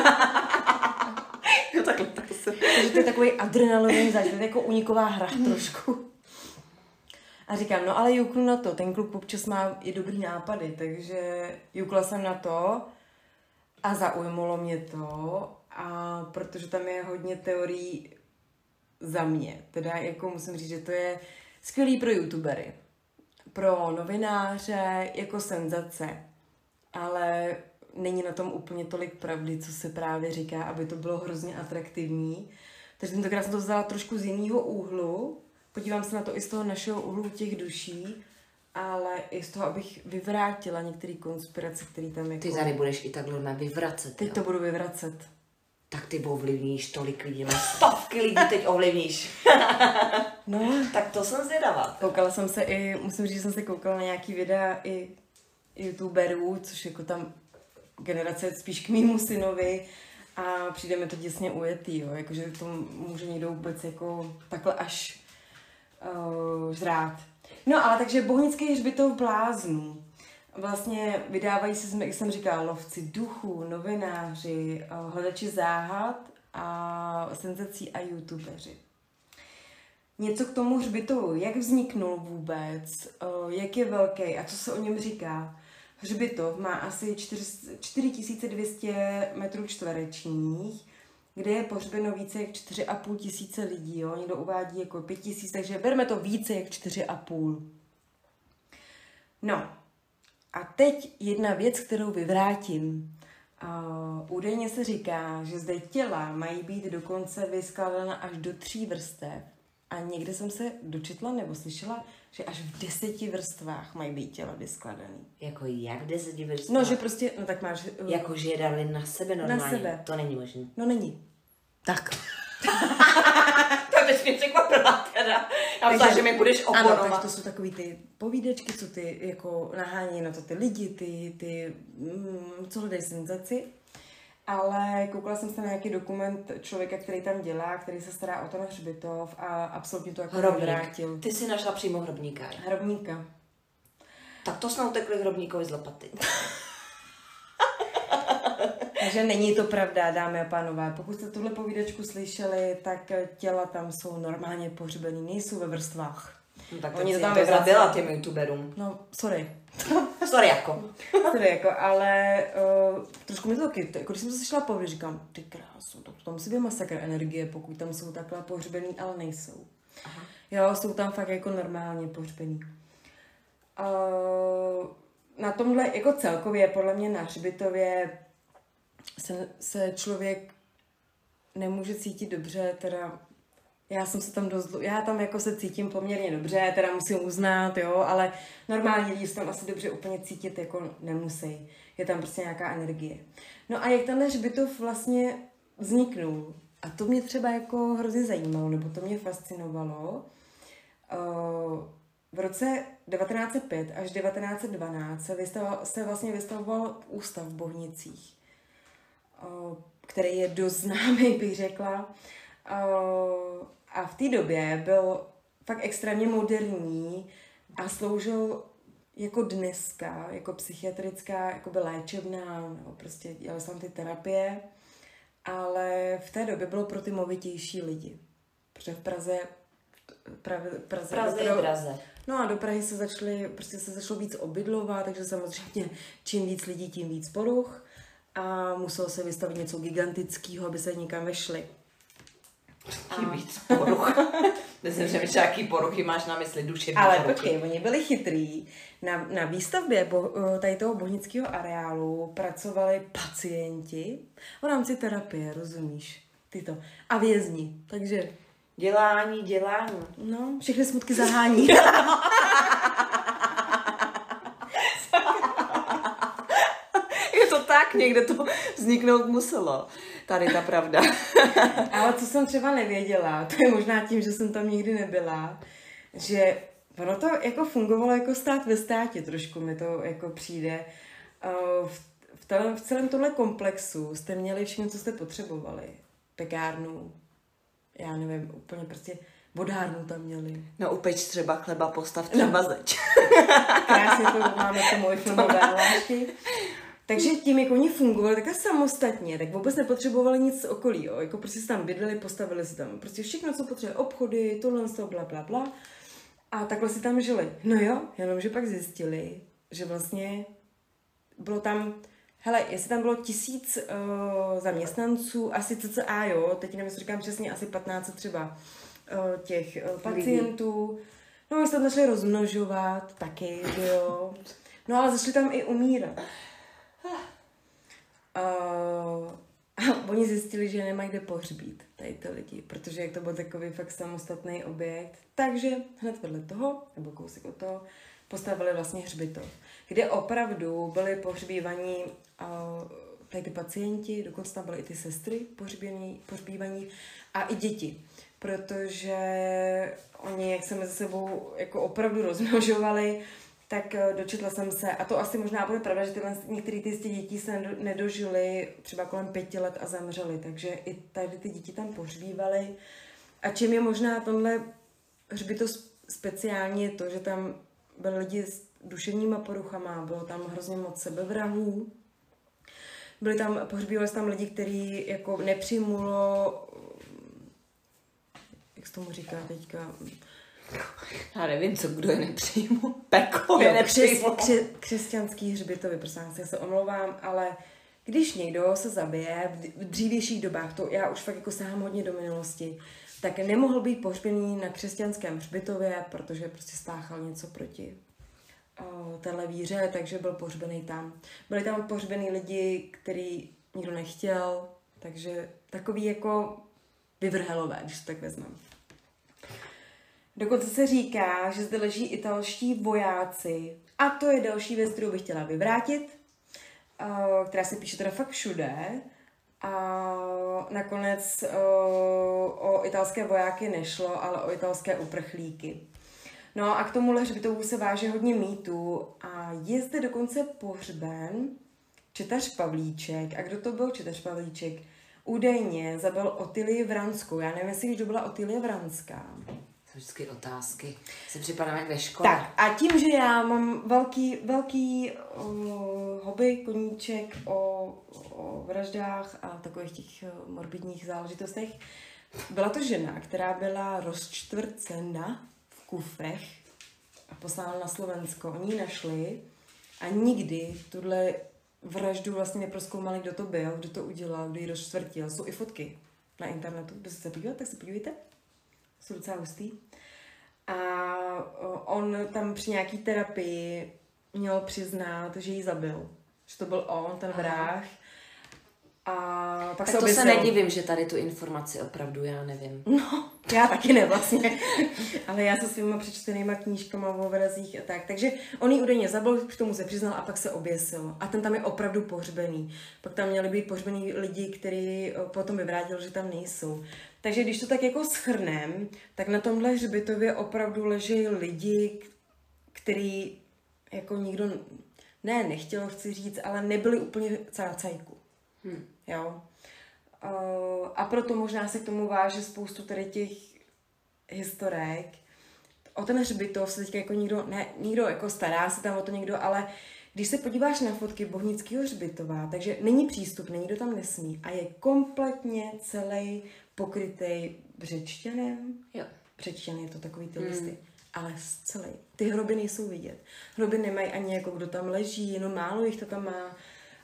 Jo, takhle. Takže to je takový adrenalinový zážitek, jako uniková hra trošku. A říkám, no ale jouknu na to, ten kluk občas má i dobrý nápady, takže joukla jsem na to a zaujmulo mě to, a protože tam je hodně teorií za mě. Teda jako musím říct, že to je skvělý pro youtubery, pro novináře, jako senzace, ale není na tom úplně tolik pravdy, co se právě říká, aby to bylo hrozně atraktivní. Takže tentokrát jsem to vzala trošku z jiného úhlu, podívám se na to i z toho našeho úhlu těch duší, ale i z toho, abych vyvrátila některé konspirace, které tam jako... Ty tady budeš i takhle vyvracet. Teď to budu vyvracet. Tak ty ovlivníš tolik lidí, stovky lidí teď ovlivníš. No. Tak to jsem zvědavá. Koukala jsem se i, musím říct, že jsem se koukala na nějaký videa i youtuberů, což jako tam generace spíš k mýmu synovi a přijde mi to děsně ujetý, jo, jakože to může někdo vůbec jako takhle až žrát. No ale takže Bohnický hřbitov bláznů. Vlastně vydávají se, jak jsem říkala, lovci duchů, novináři, hledači záhad a senzací a youtubeři. Něco k tomu hřbitovu, jak vzniknul vůbec, jak je velký a co se o něm říká. Hřbitov má asi 4200 metrů čtverečních, kde je pohřbeno více jak 4,5 tisíce lidí. Jo? Někdo uvádí jako 5 tisíc, takže berme to více jak 4,5. No a teď jedna věc, kterou vyvrátím. Údajně se říká, že zde těla mají být dokonce vyskládána až do 3 vrstev. A někde jsem se dočetla nebo slyšela, že až v 10 vrstvách mají být těla vyskládaný. Jako jak v 10 vrstvách? No, že prostě, no tak máš... Jako, že je dali na sebe normálně. Na sebe. To není možné. No není. Tak. To bys mě překvapila teda. Já myslím, že mi budeš oponovat. Ano, tak to jsou takový ty povídečky, co ty jako nahání na to ty lidi, co hledají senzaci. Ale koukala jsem se na nějaký dokument člověka, který tam dělá, který se stará o ten hřbitov a absolutně to jako vyvrátil. Ty si našla přímo hrobníka. Hrobníka. Tak to jsme utekli hrobníkovi z lopaty. Takže není to pravda, dámy a pánové. Pokud jste tuhle povídačku slyšeli, tak těla tam jsou normálně pohřbený, nejsou ve vrstvách. No, tak oni to tam vyvrátila těm youtuberům. No, sorry. Sorry jako, ale trošku mi to taky, jako když jsem to slyšela povědět, říkám, ty krásu, to tam musí být masakr energie, pokud tam jsou takhle pohřbený, ale nejsou. Aha. Jo, jsou tam fakt jako normálně pohřbený. Na tomhle, jako celkově, podle mě na hřbitově se člověk nemůže cítit dobře, teda já tam jako se cítím poměrně dobře, teda musím uznat, jo, ale normálně lidi se tam asi dobře úplně cítit jako nemusí. Je tam prostě nějaká energie. No a jak tenhle hřbitov vlastně vzniknul, a to mě třeba jako hrozně zajímalo, nebo to mě fascinovalo, v roce 1905 až 1912 se vlastně vystavoval ústav v Bohnicích, který je dost známý, bych řekla. A v té době byl fakt extrémně moderní a sloužil jako dneska, jako psychiatrická jakoby léčebná, nebo prostě dělali se tam ty terapie, ale v té době bylo pro ty movitější lidi. Protože v Praze je Praze. No a do Prahy se začalo víc obydlovat, takže samozřejmě čím víc lidí, tím víc poruch a muselo se vystavit něco gigantického, aby se někam vešli. Tím víc poruch. Myslím, že jaký poruchy máš na mysli, duševní ale poruchy. počkej, oni byli chytrý. Na výstavbě tady toho bohnického areálu pracovali pacienti v rámci terapie, rozumíš? Tyto. A vězni, takže... Dělání. No, všechny smutky zahání. Je to tak, někde to vzniknout muselo. Tady ta pravda. Ale co jsem třeba nevěděla, to je možná tím, že jsem tam nikdy nebyla, že ono to jako fungovalo jako stát ve státě, trošku mi to jako přijde. V celém tomhle komplexu jste měli všechno, co jste potřebovali. Pekárnu, já nevím, úplně prostě vodárnu tam měli. No upeč třeba chleba, postav třeba zeď. Krásně to máme to moje filmové hlášky. Takže tím, jak oni fungovali takhle samostatně, tak vůbec nepotřebovali nic z okolí, jo. Jako prostě si tam bydleli, postavili si tam prostě všechno, co potřebuje, obchody, tohle, bla. A takhle si tam žili. No jo, jenomže pak zjistili, že vlastně bylo tam, hele, jestli tam bylo 1000 zaměstnanců, asi cca, jo, teď nevím, co říkám přesně, asi 15 třeba těch pacientů. No, oni se tam začali rozmnožovat taky, jo. No, ale začali tam i umírat. A oni zjistili, že nemají kde pohřbít tady ty lidi, protože jak to byl takový fakt samostatný objekt, takže hned vedle toho, nebo kousek od toho, postavili vlastně hřbitov, kde opravdu byli pohřbívaní tady ty pacienti, dokonce tam byly i ty sestry pohřbívaní a i děti, protože oni, jak se mezi sebou jako opravdu rozmnožovali, tak dočetla jsem se, a to asi možná bude pravda, že některé ty děti se nedožily třeba kolem 5 let a zemřely, takže i tady ty děti tam pohřbívali. A čím je možná tenhle hřbitov speciální je to, že tam byli lidi s duševníma poruchama, bylo tam hrozně moc sebevrahů, pohřbívali se tam lidi, kteří jako nepřijmulo, jak se tomu říká teďka, já nevím, kdo je nepřijmul. Peklo je nepřijmul. Křesťanský hřbitovy, prosím, já se omlouvám, ale když někdo se zabije v dřívějších dobách, to já už fakt jako sahám hodně do minulosti, tak nemohl být pohřbený na křesťanském hřbitově, protože prostě stáchal něco proti téhle víře, takže byl pohřbený tam. Byli tam pohřbený lidi, který nikdo nechtěl, takže takový jako vyvrhelové, když to tak vezmeme. Dokonce se říká, že zde leží italští vojáci. A to je další věc, kterou bych chtěla vyvrátit, která se píše teda fakt všude. A nakonec o italské vojáky nešlo, ale o italské uprchlíky. No a k tomuhle hřbitovu se váže hodně mýtů a je zde dokonce pohřben četař Pavlíček. A kdo to byl četař Pavlíček? Údajně zabil Otylii Vranskou. Já nevím, jestli kdo byla Otylie Vranská. Vždycky otázky. Si připadám jak ve škole. Tak a tím, že já mám velký hobby, koníček o vraždách a takových těch morbidních záležitostech, byla to žena, která byla rozčtvrcena v kufrech a poslána na Slovensko. Oni ji našli a nikdy tuhle vraždu vlastně neprozkoumali, kdo to byl, kdo to udělal, kdo ji rozčtvrtil. Jsou i fotky na internetu. Kdo se podívat, tak se podívejte. Jsou docela hustý. A on tam při nějaký terapii měl přiznat, že ji zabil. Že to byl on, ten vrah. A pak tak to se nedivím, že tady tu informaci opravdu já nevím. No, já taky ne vlastně. Ale já se svýma přečtenýma knížkama o vrazích a tak. Takže on ji údajně zabil, k tomu se přiznal a pak se oběsil. A ten tam je opravdu pohřbený. Pak tam měli být pohřbený lidi, kteří potom vyvrátili, že tam nejsou. Takže když to tak jako shrnem, tak na tomhle hřbitově opravdu leží lidi, který jako nikdo nechtěl, chci říct, ale nebyli úplně cácajku. Jo. A proto možná se k tomu váže spoustu tady těch historek. O ten hřbitov se teďka jako nikdo jako stará se tam o to někdo, ale když se podíváš na fotky Bohnického hřbitova, takže není přístupný, nikdo tam nesmí a je kompletně celý pokrytý břečtěnem. Jo. Břečtěn je to takový ty listy. Ale celý. Ty hroby nejsou vidět. Hroby nemají ani jako kdo tam leží, jenom málo jich to tam má.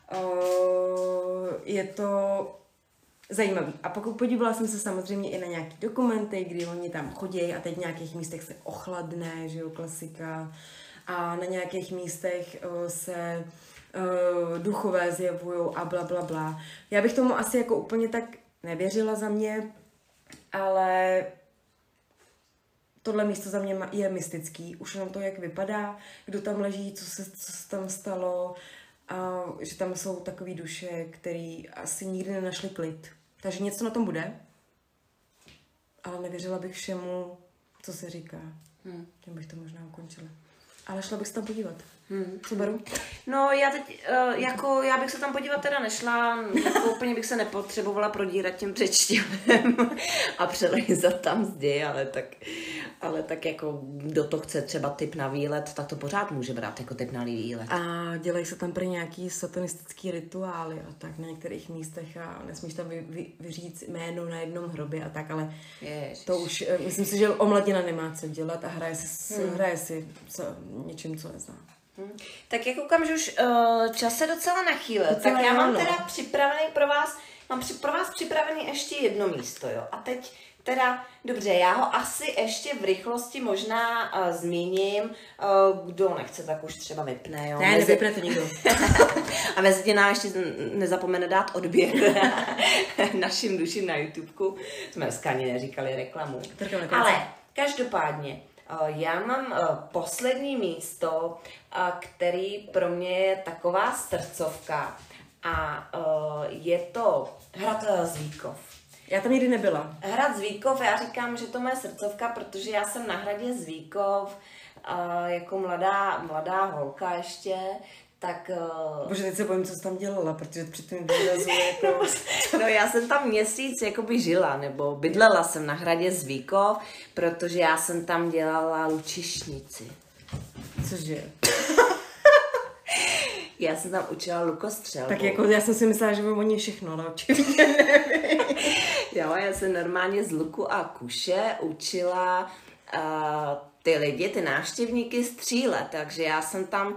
Je to zajímavý. A pokud podívala jsem se samozřejmě i na nějaký dokumenty, kdy oni tam chodí a teď v nějakých místech se ochladne, že jo, klasika. A na nějakých místech se duchové zjevujou a bla, bla, bla. Já bych tomu asi jako úplně tak nevěřila za mě, ale tohle místo za mě je mystický. Už jenom to, jak vypadá, kdo tam leží, co se tam stalo a že tam jsou takové duše, které asi nikdy nenašly klid. Takže něco na tom bude, ale nevěřila bych všemu, co se říká. Tím bych to možná ukončila. Ale šla bych se tam podívat. Co beru? No já teď, já bych se tam podívat teda nešla, jako úplně bych se nepotřebovala prodírat tím přečtělem a přelejzat tam zdi, ale tak jako kdo to chce třeba tip na výlet, tak to pořád může brát jako tip na výlet. A dělají se tam prý nějaký satanistický rituály a tak na některých místech a nesmíš tam vyříct jméno na jednom hrobě a tak, ale Ježiš. To už, myslím si, že omladina nemá co dělat a hraje si něčím, co nezná. Tak jak koukám, že už čas se docela nachýlil, tak já mám teda připravený pro vás připravený ještě jedno místo, jo. A teď teda, dobře, já ho asi ještě v rychlosti možná zmíním, kdo nechce, tak už třeba vypne, jo. Ne, nevypne to nikdo. A mezi tím ještě nezapomene dát odběr našim duším na YouTubeku. Jsme dneska ani neříkali reklamu. Ale každopádně, já mám poslední místo, který pro mě je taková srdcovka a je to hrad Zvíkov. Já tam nikdy nebyla. Hrad Zvíkov, já říkám, že to moje srdcovka, protože já jsem na hradě Zvíkov jako mladá holka ještě, tak... Bože, teď se bojím, co jsi tam dělala, protože předtím vyrazuje jako... No já jsem tam měsíc jakoby žila, nebo bydlela jsem na hradě Zvíkov, protože já jsem tam dělala lučišnici. Cože? Já jsem tam učila lukostřelbu. Tak jako já jsem si myslela, že oni všechno, ale určitě nevím. Jo, já jsem normálně z luku a kuše učila ty lidi, ty návštěvníky střílet, takže já jsem tam...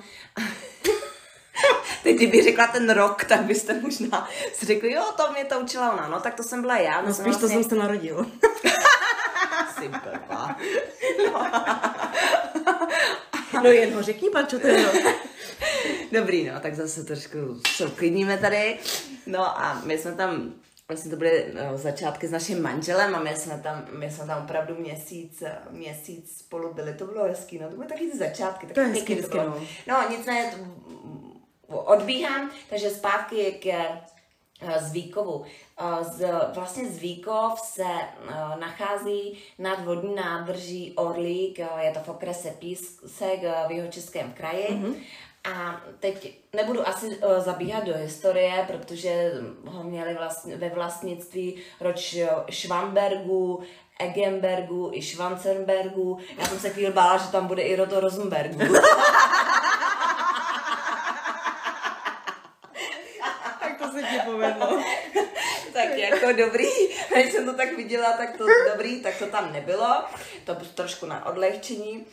Teď kdyby řekla ten rok, tak byste možná si řekli, jo, to mě to učila ona, no tak to jsem byla já. No spíš vlastně... to jsem se narodil. Simplá. No jen ho řekni, Barčo, ten rok. Dobrý, no, tak zase trošku se uklidníme tady. No a my jsme tam, vlastně to byly začátky s naším manželem a my jsme tam opravdu měsíc spolu byli, to bylo hezký, no, to byly taky ty začátky. To je hezký, no. No, nicméně odbíhám, takže zpátky ke Zvíkovu. Vlastně Zvíkov se nachází nad vodní nádrží Orlík, je to v okrese Písek v Jihočeském kraji. Mm-hmm. A teď nebudu asi zabíhat do historie, protože ho měli ve vlastnictví rod Schwambergu, Egembergu i Schwanzenbergu. Já jsem se chvíli bála, že tam bude i rod Rosenbergu. Tak to se ti povedlo. Tak jako dobrý, když jsem to tak viděla, tak to dobrý, tak to tam nebylo. To bylo trošku na odlehčení.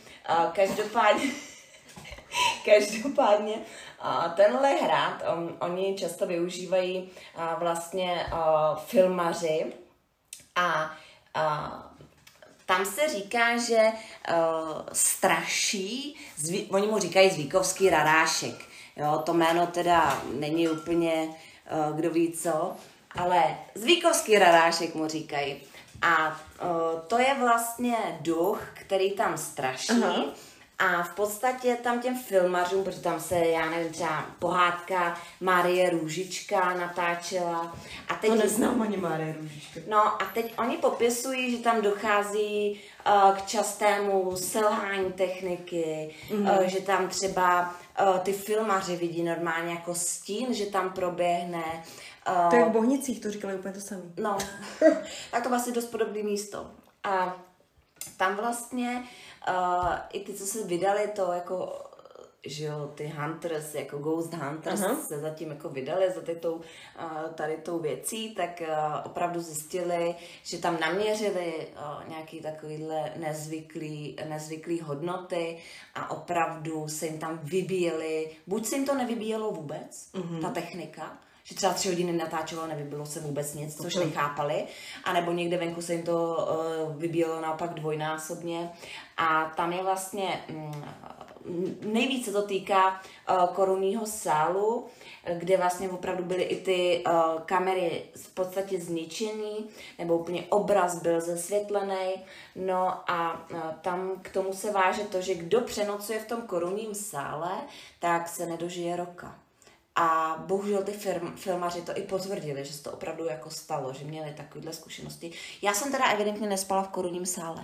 Každopádně tenhle hrad, oni často využívají vlastně filmaři a tam se říká, že straší, oni mu říkají Zvíkovský rarášek. Jo, to jméno teda není úplně kdo ví co, ale Zvíkovský rarášek mu říkají. A to je vlastně duch, který tam straší. Aha. A v podstatě tam těm filmařům, protože tam se, já nevím, třeba pohádka Márie Růžička natáčela. A teď, to neznám ani Márie Růžička. No a teď oni popisují, že tam dochází k častému selhání techniky, že tam třeba ty filmaři vidí normálně jako stín, že tam proběhne. To je v Bohnicích, to říkali úplně to samé. No, tak to vlastně dost podobné místo. A tam vlastně i ty, co se vydali, to jako, že jo, ty Hunters, jako Ghost Hunters, aha, se zatím jako vydali za tady tou věcí, tak opravdu zjistili, že tam naměřili nějaký takovýhle nezvyklý hodnoty a opravdu se jim tam vybíjeli, buď se jim to nevybíjelo vůbec, ta technika, že třeba 3 hodiny natáčelo, nevybilo se vůbec nic, což nechápali, anebo někde venku se jim to vybíjelo naopak dvojnásobně. A tam je vlastně nejvíce to týká korunního sálu, kde vlastně opravdu byly i ty kamery v podstatě zničený, nebo úplně obraz byl zesvětlený. No a tam k tomu se váže to, že kdo přenocuje v tom korunním sále, tak se nedožije roka. A bohužel ty filmaři to i potvrdili, že se to opravdu jako stalo, že měli takovéhle zkušenosti. Já jsem teda evidentně nespala v korunním sále.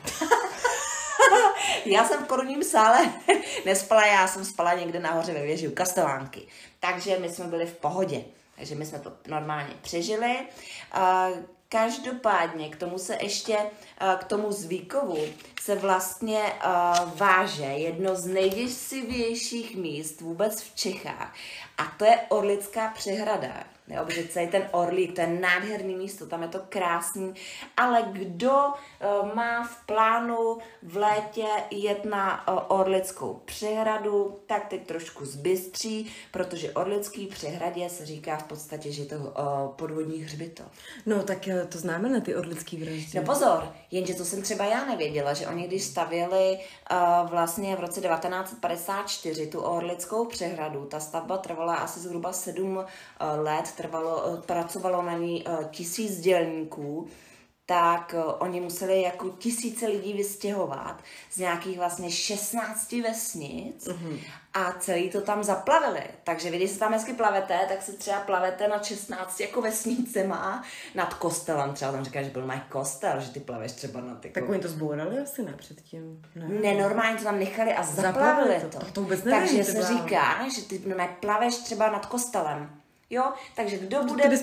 Já jsem v korunním sále nespala, já jsem spala někde nahoře ve věži u Kastelánky. Takže my jsme byli v pohodě. Takže my jsme to normálně přežili. Každopádně k tomu se ještě, k tomu Zvíkovu se vlastně váže jedno z nejděsivějších míst vůbec v Čechách. A to je Orlická přehrada. Jo, protože celý ten Orlík, to je nádherný místo, tam je to krásný, ale kdo má v plánu v létě jet na Orlickou přehradu, tak teď trošku zbystří, protože Orlický přehradě se říká v podstatě, že je to podvodní hřbitov. No tak to známe na ty Orlický vraždy. No pozor, jenže to jsem třeba já nevěděla, že oni když stavěli vlastně v roce 1954 tu Orlickou přehradu, ta stavba trvala asi zhruba 7 let, pracovalo na ní 1000 dělníků, tak oni museli jako tisíce lidí vystěhovat z nějakých vlastně 16 vesnic a celý to tam zaplavili. Takže vy, když se tam hezky plavete, tak se třeba plavete nad 16 jako vesnicema, nad kostelem, třeba tam říká, že byl mají kostel, že ty plaveš třeba na ty. Tak oni to zbourali asi ne předtím? Ne, normálně to tam nechali a zaplavili to. To vůbec nevím, takže se říká, že ty plaveš třeba nad kostelem. Jo, takže kdo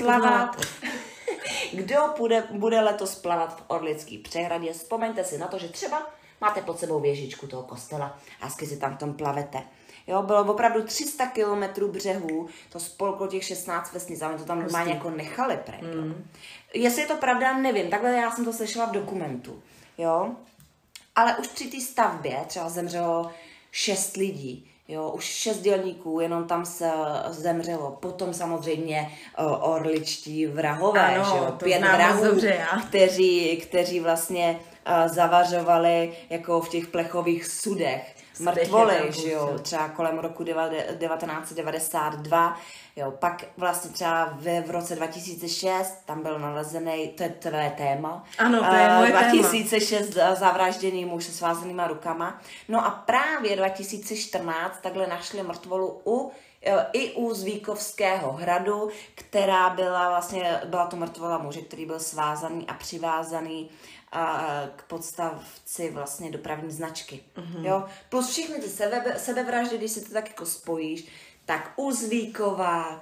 bude letos plavat v Orlický přehradě, vzpomeňte si na to, že třeba máte pod sebou věžičku toho kostela a hezky si tam v tom plavete. Jo, bylo opravdu 300 kilometrů břehů, to spolklo těch 16 vesnic, a oni to tam normálně jako nechali prej. Jestli je to pravda, nevím, takhle já jsem to slyšela v dokumentu. Jo, ale už při té stavbě třeba zemřelo 6 lidí. Jo, už 6 dělníků, jenom tam se zemřelo. Potom samozřejmě orličtí vrahové, ano, že jo? 5 vrahů, kteří vlastně zavařovali jako v těch plechových sudech. Mrtvoly, že jo, třeba kolem roku 1992, jo, pak vlastně třeba v roce 2006 tam byl nalezený, to je tvé téma, ano, to je moje 2006 zavražděný muž se svázanýma rukama, no a právě 2014 takhle našli mrtvolu i u Zvíkovského hradu, která byla to mrtvola muže, který byl svázaný a přivázaný k podstavci vlastně dopravní značky. Jo? Plus všechny ty sebevraždy, když si to tak jako spojíš, tak u Zvíkova,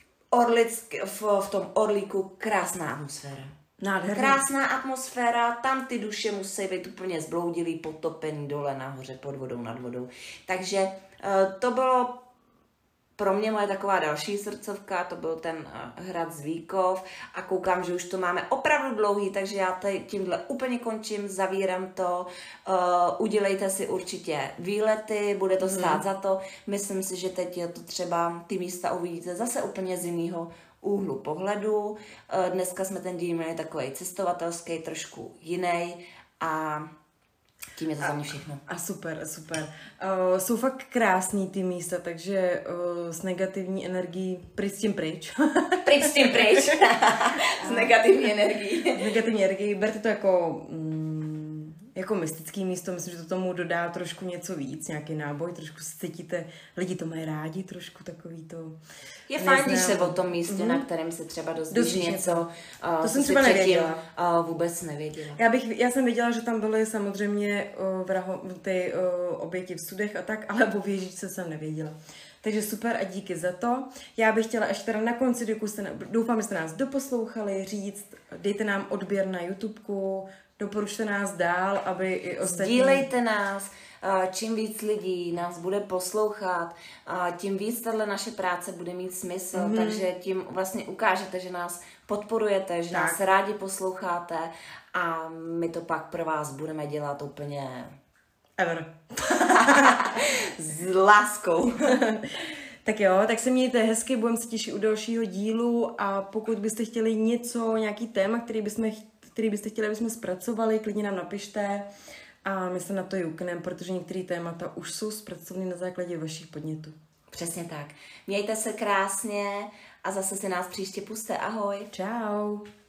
v tom Orlíku krásná atmosféra. Nádherný. Krásná atmosféra, tam ty duše musí být úplně zbloudilý, potopený dole nahoře, pod vodou, nad vodou. Takže to bylo pro mě moje taková další srdcovka, to byl ten hrad Zvíkov a koukám, že už to máme opravdu dlouhý, takže já tady tímhle úplně končím, zavírám to, udělejte si určitě výlety, bude to stát za to, myslím si, že teď je to třeba ty místa uvidíte zase úplně z jiného úhlu pohledu, dneska jsme ten díl měli takový cestovatelský, trošku jiný a tím je to za mě všechno. A super. Jsou fakt krásný ty místa, takže s negativní energií pryč s tím pryč. S negativní energií. S negativní energií, berte to jako mystický místo, myslím, že to tomu dodá trošku něco víc, nějaký náboj, trošku se cítíte, lidi to mají rádi, trošku takový to. Je fajn, když se o tom místě, na kterém se třeba dozvíš něco, to jsem třeba nevěděla. Vůbec nevěděla. Já jsem věděla, že tam byly samozřejmě ty oběti v sudech a tak, ale o věžičce jsem nevěděla. Takže super a díky za to. Já bych chtěla ještě teda na konci, doufám, že jste nás doposlouchali, říct, dejte nám odběr na YouTubeku, doporučte nás dál, aby i ostatní... Sdílejte nás, čím víc lidí nás bude poslouchat, tím víc tato naše práce bude mít smysl, takže tím vlastně ukážete, že nás podporujete, že nás rádi posloucháte a my to pak pro vás budeme dělat úplně... Ever. S láskou. Tak jo, tak se mějte hezky, budeme se těšit u dalšího dílu a pokud byste chtěli nějaký téma, který byste chtěli, aby jsme zpracovali, klidně nám napište a my se na to jukneme, protože některé témata už jsou zpracované na základě vašich podnětů. Přesně tak. Mějte se krásně a zase si nás příště pusťte. Ahoj. Čau.